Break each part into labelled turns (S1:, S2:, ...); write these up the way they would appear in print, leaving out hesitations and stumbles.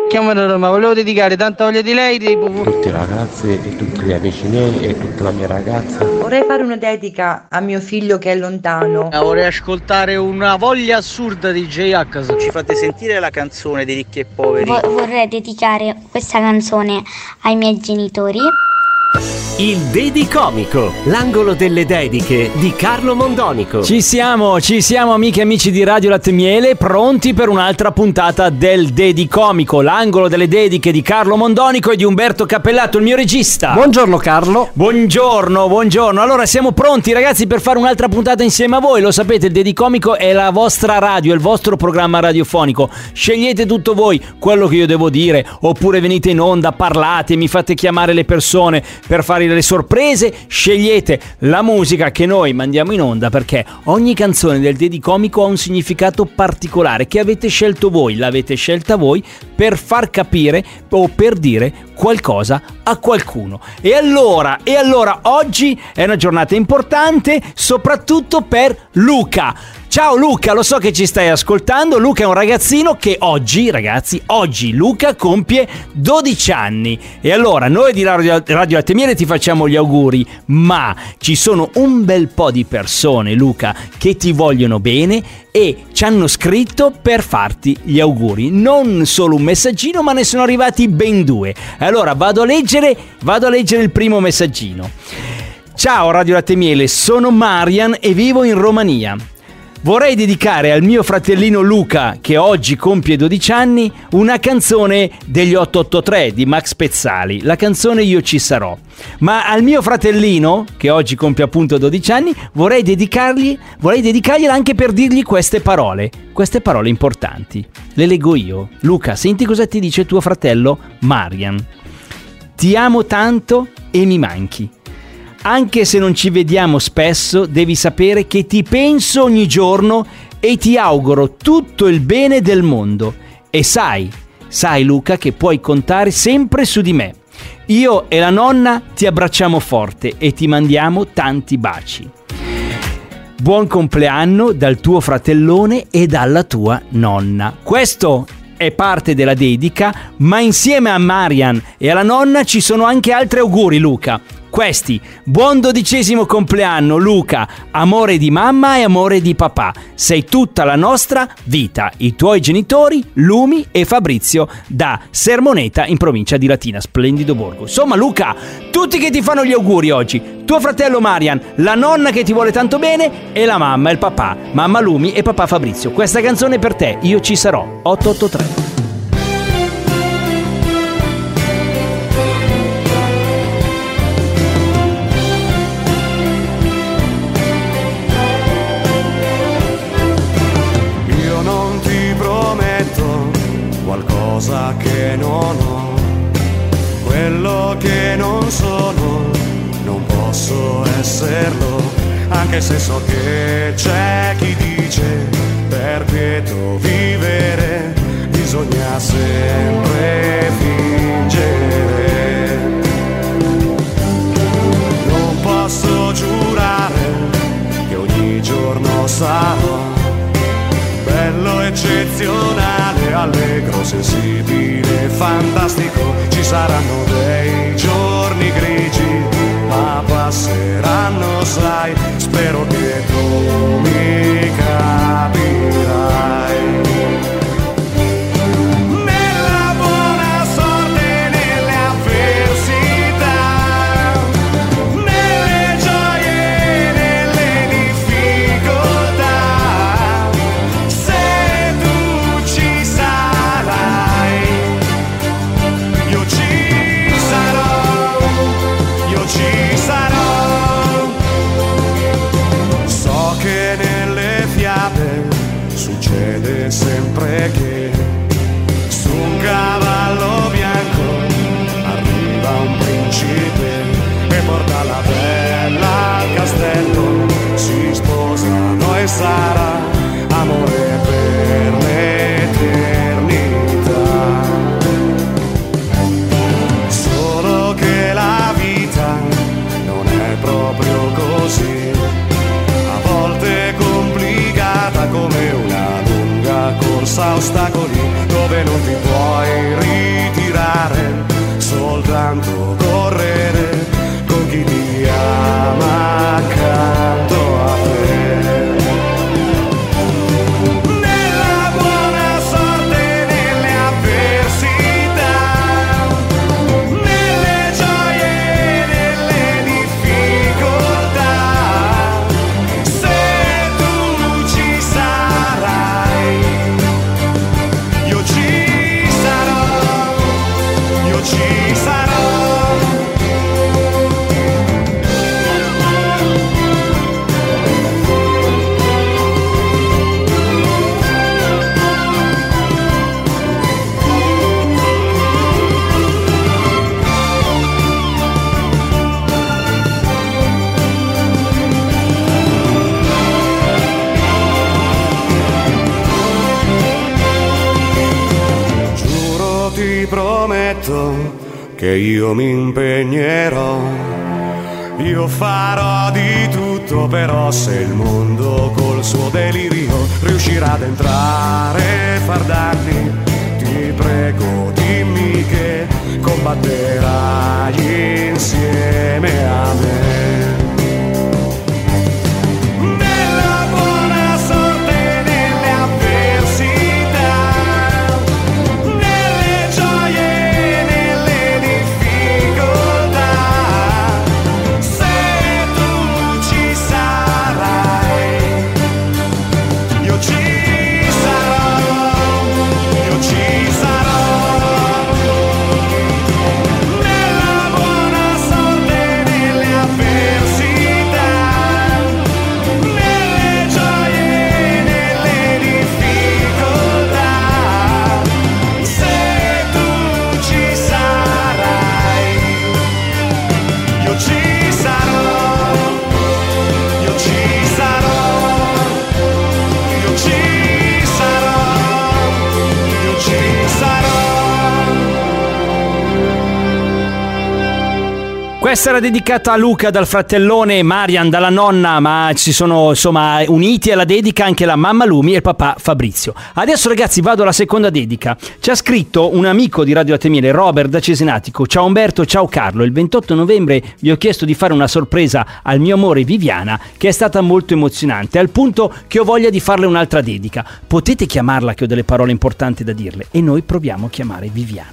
S1: chiamata Roma, volevo dedicare tanta voglia di lei
S2: tutte le ragazze e tutti gli amici miei e tutta la mia ragazza.
S3: Vorrei fare una dedica a mio figlio che è lontano.
S1: Vorrei ascoltare una voglia assurda di J-H.
S4: Ci fate sentire la canzone dei ricchi e poveri?
S5: Vorrei dedicare questa canzone ai miei genitori.
S6: Il Dedicomico, l'angolo delle dediche di Carlo Mondonico.
S7: Ci siamo amiche e amici di Radio Latte Miele, pronti per un'altra puntata del Dedicomico, l'angolo delle dediche di Carlo Mondonico e di Umberto Cappellato, il mio regista.
S8: Buongiorno Carlo.
S7: Buongiorno. Allora siamo pronti ragazzi per fare un'altra puntata insieme a voi. Lo sapete, il Dedicomico è la vostra radio, è il vostro programma radiofonico. Scegliete tutto voi, quello che io devo dire, oppure venite in onda, parlate, mi fate chiamare le persone per fare le sorprese, scegliete la musica che noi mandiamo in onda, perché ogni canzone del Dedicomico ha un significato particolare che avete scelto voi, l'avete scelta voi per far capire o per dire qualcosa a qualcuno. E allora oggi è una giornata importante soprattutto per Luca. Ciao Luca, lo so che ci stai ascoltando. Luca è un ragazzino che oggi Luca compie 12 anni. E allora noi di Radio Latte Miele ti facciamo gli auguri, ma ci sono un bel po' di persone, Luca, che ti vogliono bene e ci hanno scritto per farti gli auguri. Non solo un messaggino, ma ne sono arrivati ben 2. Allora vado a leggere il primo messaggino. Ciao Radio Latte Miele, sono Marian e vivo in Romania. Vorrei dedicare al mio fratellino Luca, che oggi compie 12 anni, una canzone degli 883 di Max Pezzali, la canzone Io ci sarò. Ma al mio fratellino, che oggi compie appunto 12 anni, vorrei dedicargliela anche per dirgli queste parole importanti. Le leggo io. Luca, senti cosa ti dice tuo fratello Marian. Ti amo tanto e mi manchi. Anche se non ci vediamo spesso, devi sapere che ti penso ogni giorno e ti auguro tutto il bene del mondo. E sai Luca, che puoi contare sempre su di me. Io e la nonna ti abbracciamo forte e ti mandiamo tanti baci. Buon compleanno dal tuo fratellone e dalla tua nonna. Questo è parte della dedica, ma insieme a Marian e alla nonna ci sono anche altri auguri, Luca. Questi: buon 12° compleanno Luca, amore di mamma e amore di papà, sei tutta la nostra vita. I tuoi genitori Lumi e Fabrizio da Sermoneta in provincia di Latina, splendido borgo. Insomma Luca, tutti che ti fanno gli auguri oggi, tuo fratello Marian, la nonna che ti vuole tanto bene e la mamma e il papà, mamma Lumi e papà Fabrizio. Questa canzone è per te, Io ci sarò, 883.
S9: Qualcosa che non ho, quello che non sono, non posso esserlo, anche se so che c'è chi dice per quieto vivere bisogna sempre fingere. Non posso giurare che ogni giorno sarò bello, eccezionale, allegro, sensibile, fantastico. Ci saranno dei giorni grigi, ma passeranno, sai, spero che tu mi capirai. Nella buona sorte, nelle avversità, nelle gioie, nelle difficoltà, ci sarò. So che nelle tanto correre con chi ti ama accanto a te. Nella buona sorte, nelle avversità, nelle gioie e nelle difficoltà, se tu ci sarai, io ci sarò, io ci sarò. Giuro, ti prometto che io mi impegnerò, io farò di tutto, però se il mondo col suo delirio riuscirà ad entrare e far danni, ti prego dimmi che combatterai insieme a me. Nella buona sorte, nelle avversità, nelle gioie e nelle difficoltà, se tu ci sarai, io ci sarò, io ci sarò. Nella buona sorte, nelle avversità, nelle gioie e nelle difficoltà, se tu ci sarai, io ci sarò, io ci sarò, io ci sarò, io ci sarò.
S7: Questa era dedicata a Luca dal fratellone, Marian dalla nonna, ma ci sono insomma uniti alla dedica anche la mamma Lumi e il papà Fabrizio. Adesso ragazzi vado alla seconda dedica. Ci ha scritto un amico di Radio Latte Miele, Robert da Cesenatico. Ciao Umberto, ciao Carlo. Il 28 novembre vi ho chiesto di fare una sorpresa al mio amore Viviana, che è stata molto emozionante, al punto che ho voglia di farle un'altra dedica. Potete chiamarla, che ho delle parole importanti da dirle, e noi proviamo a chiamare Viviana.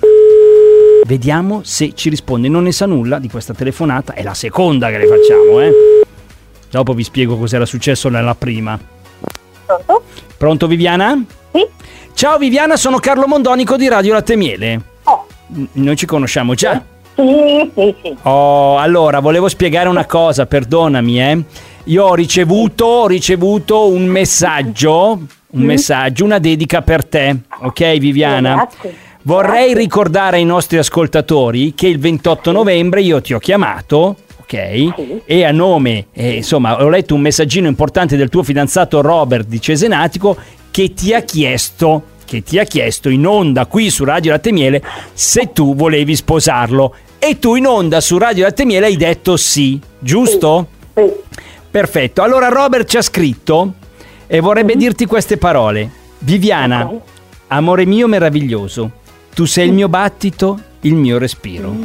S7: Vediamo se ci risponde. Non ne sa nulla di questa telefonata. È la seconda che le facciamo, Dopo vi spiego cos'era successo nella prima.
S8: Pronto?
S7: Pronto Viviana?
S8: Sì.
S7: Ciao Viviana, sono Carlo Mondonico di Radio Latte Miele.
S8: Oh.
S7: Noi ci conosciamo già?
S8: Sì.
S7: Oh, allora, volevo spiegare una cosa, perdonami, Io ho ricevuto un messaggio, una dedica per te, ok Viviana?
S8: Grazie.
S7: Vorrei ricordare ai nostri ascoltatori che il 28 novembre io ti ho chiamato, ok? E a nome, insomma, ho letto un messaggino importante del tuo fidanzato Robert di Cesenatico che ti ha chiesto in onda qui su Radio Latte Miele se tu volevi sposarlo. E tu in onda su Radio Latte Miele hai detto sì, giusto?
S8: Sì.
S7: Perfetto. Allora Robert ci ha scritto e vorrebbe dirti queste parole. Viviana, amore mio meraviglioso, tu sei il mio battito, il mio respiro.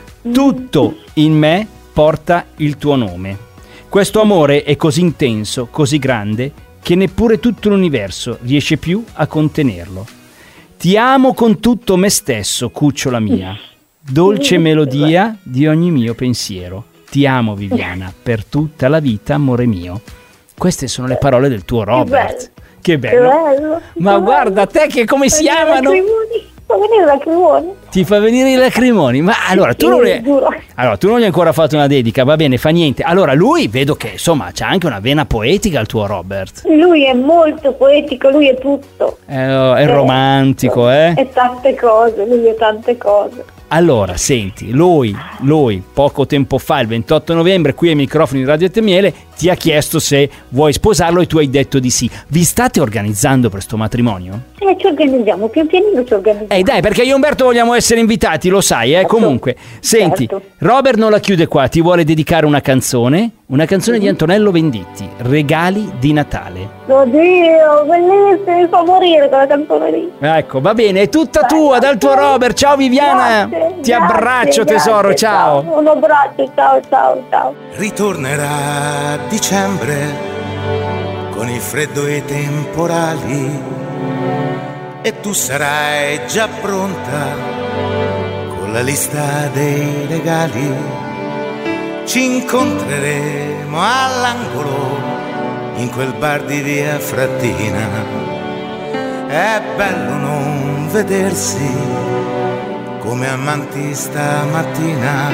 S7: Tutto in me porta il tuo nome. Questo amore è così intenso, così grande, che neppure tutto l'universo riesce più a contenerlo. Ti amo con tutto me stesso, cucciola mia, dolce melodia di ogni mio pensiero. Ti amo Viviana, per tutta la vita, amore mio. Queste sono le parole del tuo Robert. Che bello. Ma guarda te che come si amano.
S8: Fa venire i lacrimoni.
S7: Ti fa venire i lacrimoni. Ma allora tu non gli hai ancora fatto una dedica, va bene, fa niente. Allora lui vedo che insomma c'ha anche una vena poetica il tuo Robert.
S8: Lui è molto poetico, lui è tutto.
S7: È romantico,
S8: È tante cose, lui è tante cose.
S7: Allora, senti, lui poco tempo fa, il 28 novembre, qui ai microfoni di Radio Latte Miele, ti ha chiesto se vuoi sposarlo e tu hai detto di sì. Vi state organizzando per sto matrimonio?
S8: Ci organizziamo, pian pianino ci organizziamo.
S7: Dai, perché io e Umberto vogliamo essere invitati, lo sai,
S8: Certo.
S7: Comunque, senti,
S8: Certo.
S7: Robert non la chiude qua, ti vuole dedicare una canzone di Antonello Venditti, Regali di Natale.
S8: Oddio, bellissimo, mi fa morire quella canzone lì.
S7: Ecco, va bene, è tutta tua, dal tuo Robert. Ciao Viviana,
S8: Grazie,
S7: ti
S8: grazie,
S7: abbraccio tesoro,
S8: grazie,
S7: ciao.
S8: Un abbraccio, ciao.
S9: Ritornerà dicembre con il freddo e i temporali e tu sarai già pronta con la lista dei regali. Ci incontreremo all'angolo in quel bar di via Frattina. È bello non vedersi come amanti stamattina.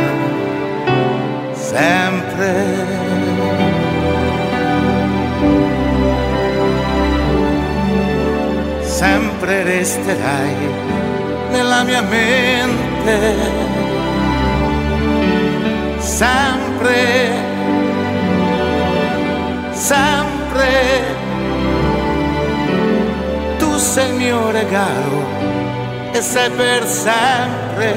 S9: Sempre resterai nella mia mente, sempre, tu sei il mio regalo e sei per sempre.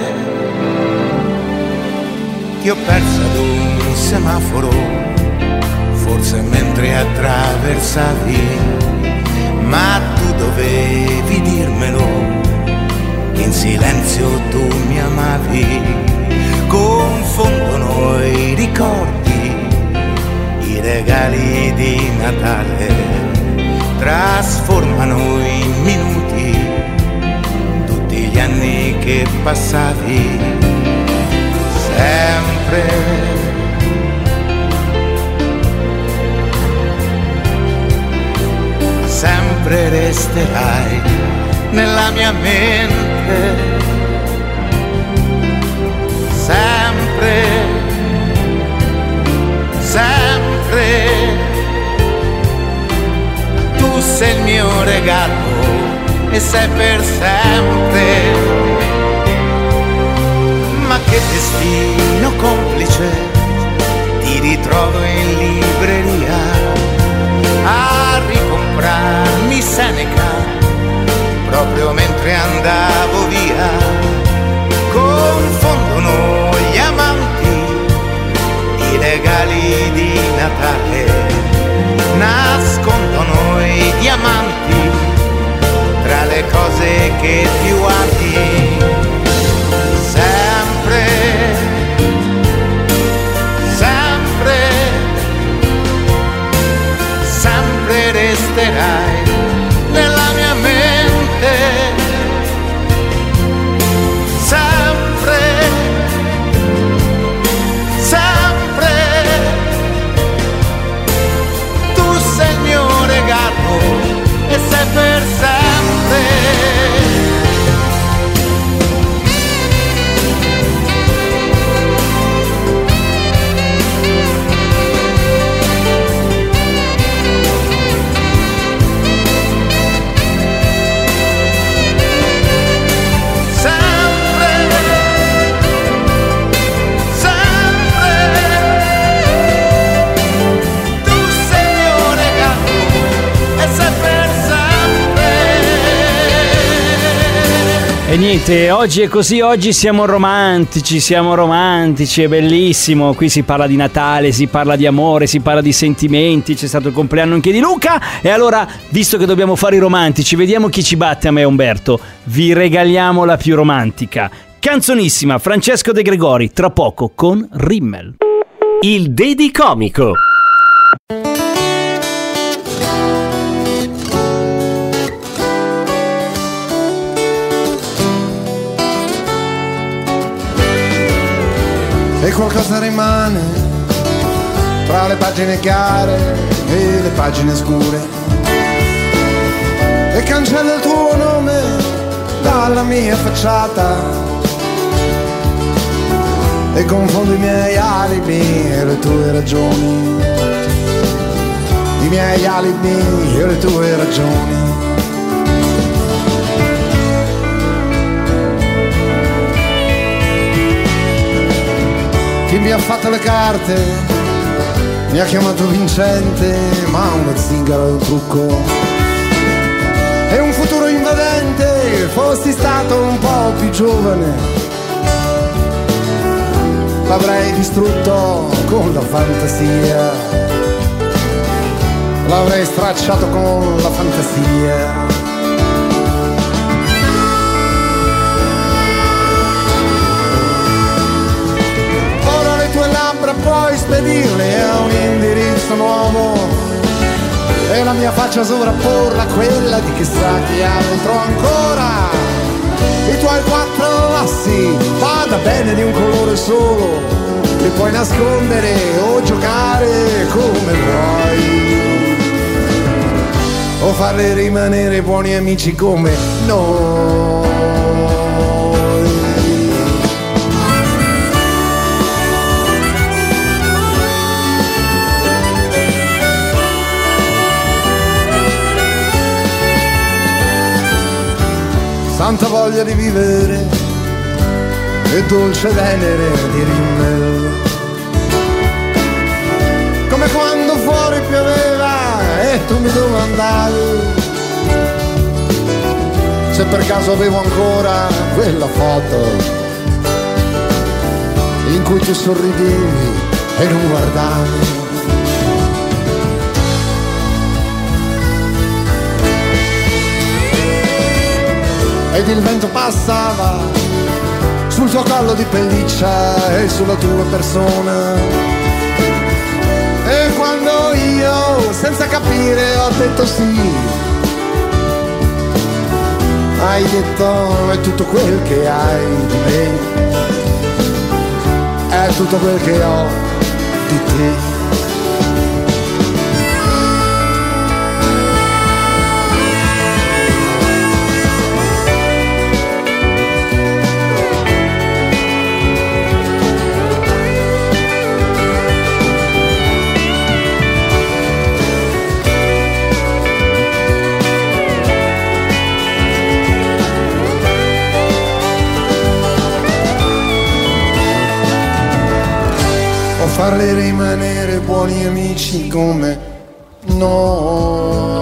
S9: Ti ho perso ad un semaforo, forse mentre attraversavi, ma tu dovevi dirmelo, in silenzio tu mi amavi. Confondono i ricordi, i regali di Natale, trasformano in minuti tutti gli anni che passavi. Sempre resterai nella mia mente, sempre, tu sei il mio regalo e sei per sempre. Ma che destino complice, ti ritrovo in libreria a ricomprarmi Seneca proprio mentre andavo via. Confondono gli amanti, i regali di Natale, nascondono i diamanti tra le cose che più ami. Sempre resterai nella mia mente, sempre, tu sei il mio regalo e sei per sempre.
S7: E niente, oggi è così, oggi siamo romantici, è bellissimo. Qui si parla di Natale, si parla di amore, si parla di sentimenti. C'è stato il compleanno anche di Luca. E allora, visto che dobbiamo fare i romantici, vediamo chi ci batte a me e Umberto. Vi regaliamo la più romantica. Canzonissima, Francesco De Gregori, tra poco con Rimmel.
S6: Il Dedicomico.
S10: E qualcosa rimane tra le pagine chiare e le pagine scure, e cancella il tuo nome dalla mia facciata, e confondo i miei alibi e le tue ragioni, i miei alibi e le tue ragioni. Chi mi ha fatto le carte Mi ha chiamato vincente, ma uno zingaro è un trucco. È un futuro invadente, fossi stato un po' più giovane, l'avrei distrutto con la fantasia, l'avrei stracciato con la fantasia. Ora le tue labbra puoi spedirle a un indirizzo nuovo e la mia faccia sovrapporla a quella di chissà chi altro ancora. I tuoi 4 assi, vada bene di un colore solo, li puoi nascondere o giocare come vuoi, o farli rimanere buoni amici come noi. Tanta voglia di vivere e dolce venere di rimmel, come quando fuori pioveva e tu mi domandavi se per caso avevo ancora quella foto in cui tu sorridevi e non guardavi. Ed il vento passava sul tuo collo di pelliccia e sulla tua persona. E quando io, senza capire, ho detto sì, hai detto è tutto quel che hai di me, è tutto quel che ho di te. Farli rimanere buoni amici come noi.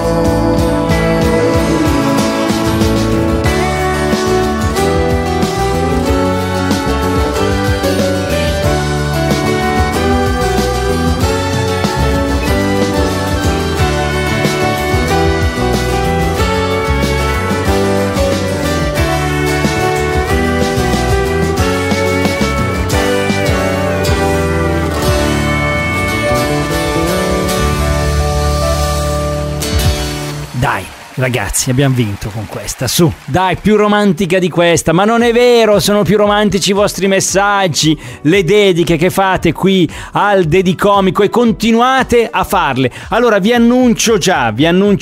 S7: Dai, ragazzi, abbiamo vinto con questa, su, dai, più romantica di questa. Ma non è vero, sono più romantici i vostri messaggi, le dediche che fate qui al Dedicomico, e continuate a farle. Allora vi annuncio già,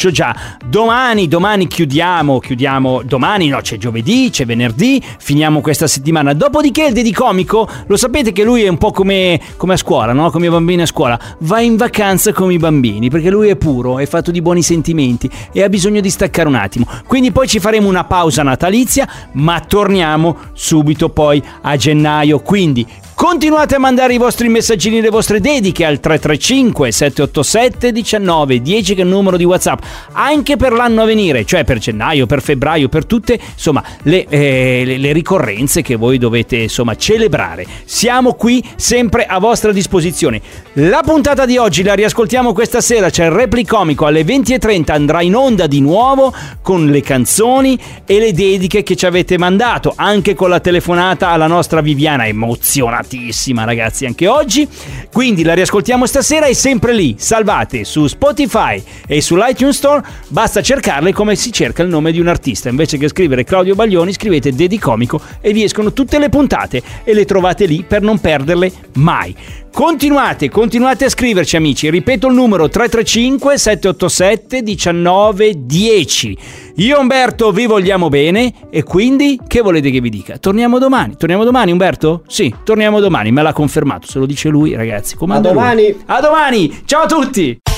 S7: domani chiudiamo, domani no, c'è giovedì, c'è venerdì, finiamo questa settimana. Dopodiché il Dedicomico, lo sapete che lui è un po' come a scuola, no? Come i bambini a scuola, va in vacanza come i bambini, perché lui è puro, è fatto di buoni sentimenti e ha bisogno di staccare un attimo. Quindi poi ci faremo una pausa natalizia, ma torniamo subito poi a gennaio. Quindi continuate a mandare i vostri messaggini, le vostre dediche al 335 787 1910, che è il numero di WhatsApp, anche per l'anno a venire, cioè per gennaio, per febbraio, per tutte, insomma, le ricorrenze che voi dovete, insomma, celebrare. Siamo qui sempre a vostra disposizione. La puntata di oggi la riascoltiamo questa sera, c'è il Replicomico alle 20:30, andrà in onda di nuovo con le canzoni e le dediche che ci avete mandato, anche con la telefonata alla nostra Viviana, emozionatissima ragazzi anche oggi. Quindi la riascoltiamo stasera, e sempre lì salvate su Spotify e sull'iTunes Store, basta cercarle come si cerca il nome di un artista, invece che scrivere Claudio Baglioni scrivete Dedicomico e vi escono tutte le puntate e le trovate lì per non perderle mai. Continuate a scriverci, amici, ripeto il numero 335 787 1910. Io e Umberto vi vogliamo bene, e quindi che volete che vi dica? Torniamo domani Umberto? Sì, torniamo domani, me l'ha confermato, se lo dice lui ragazzi, comanda lui. A domani, ciao a tutti.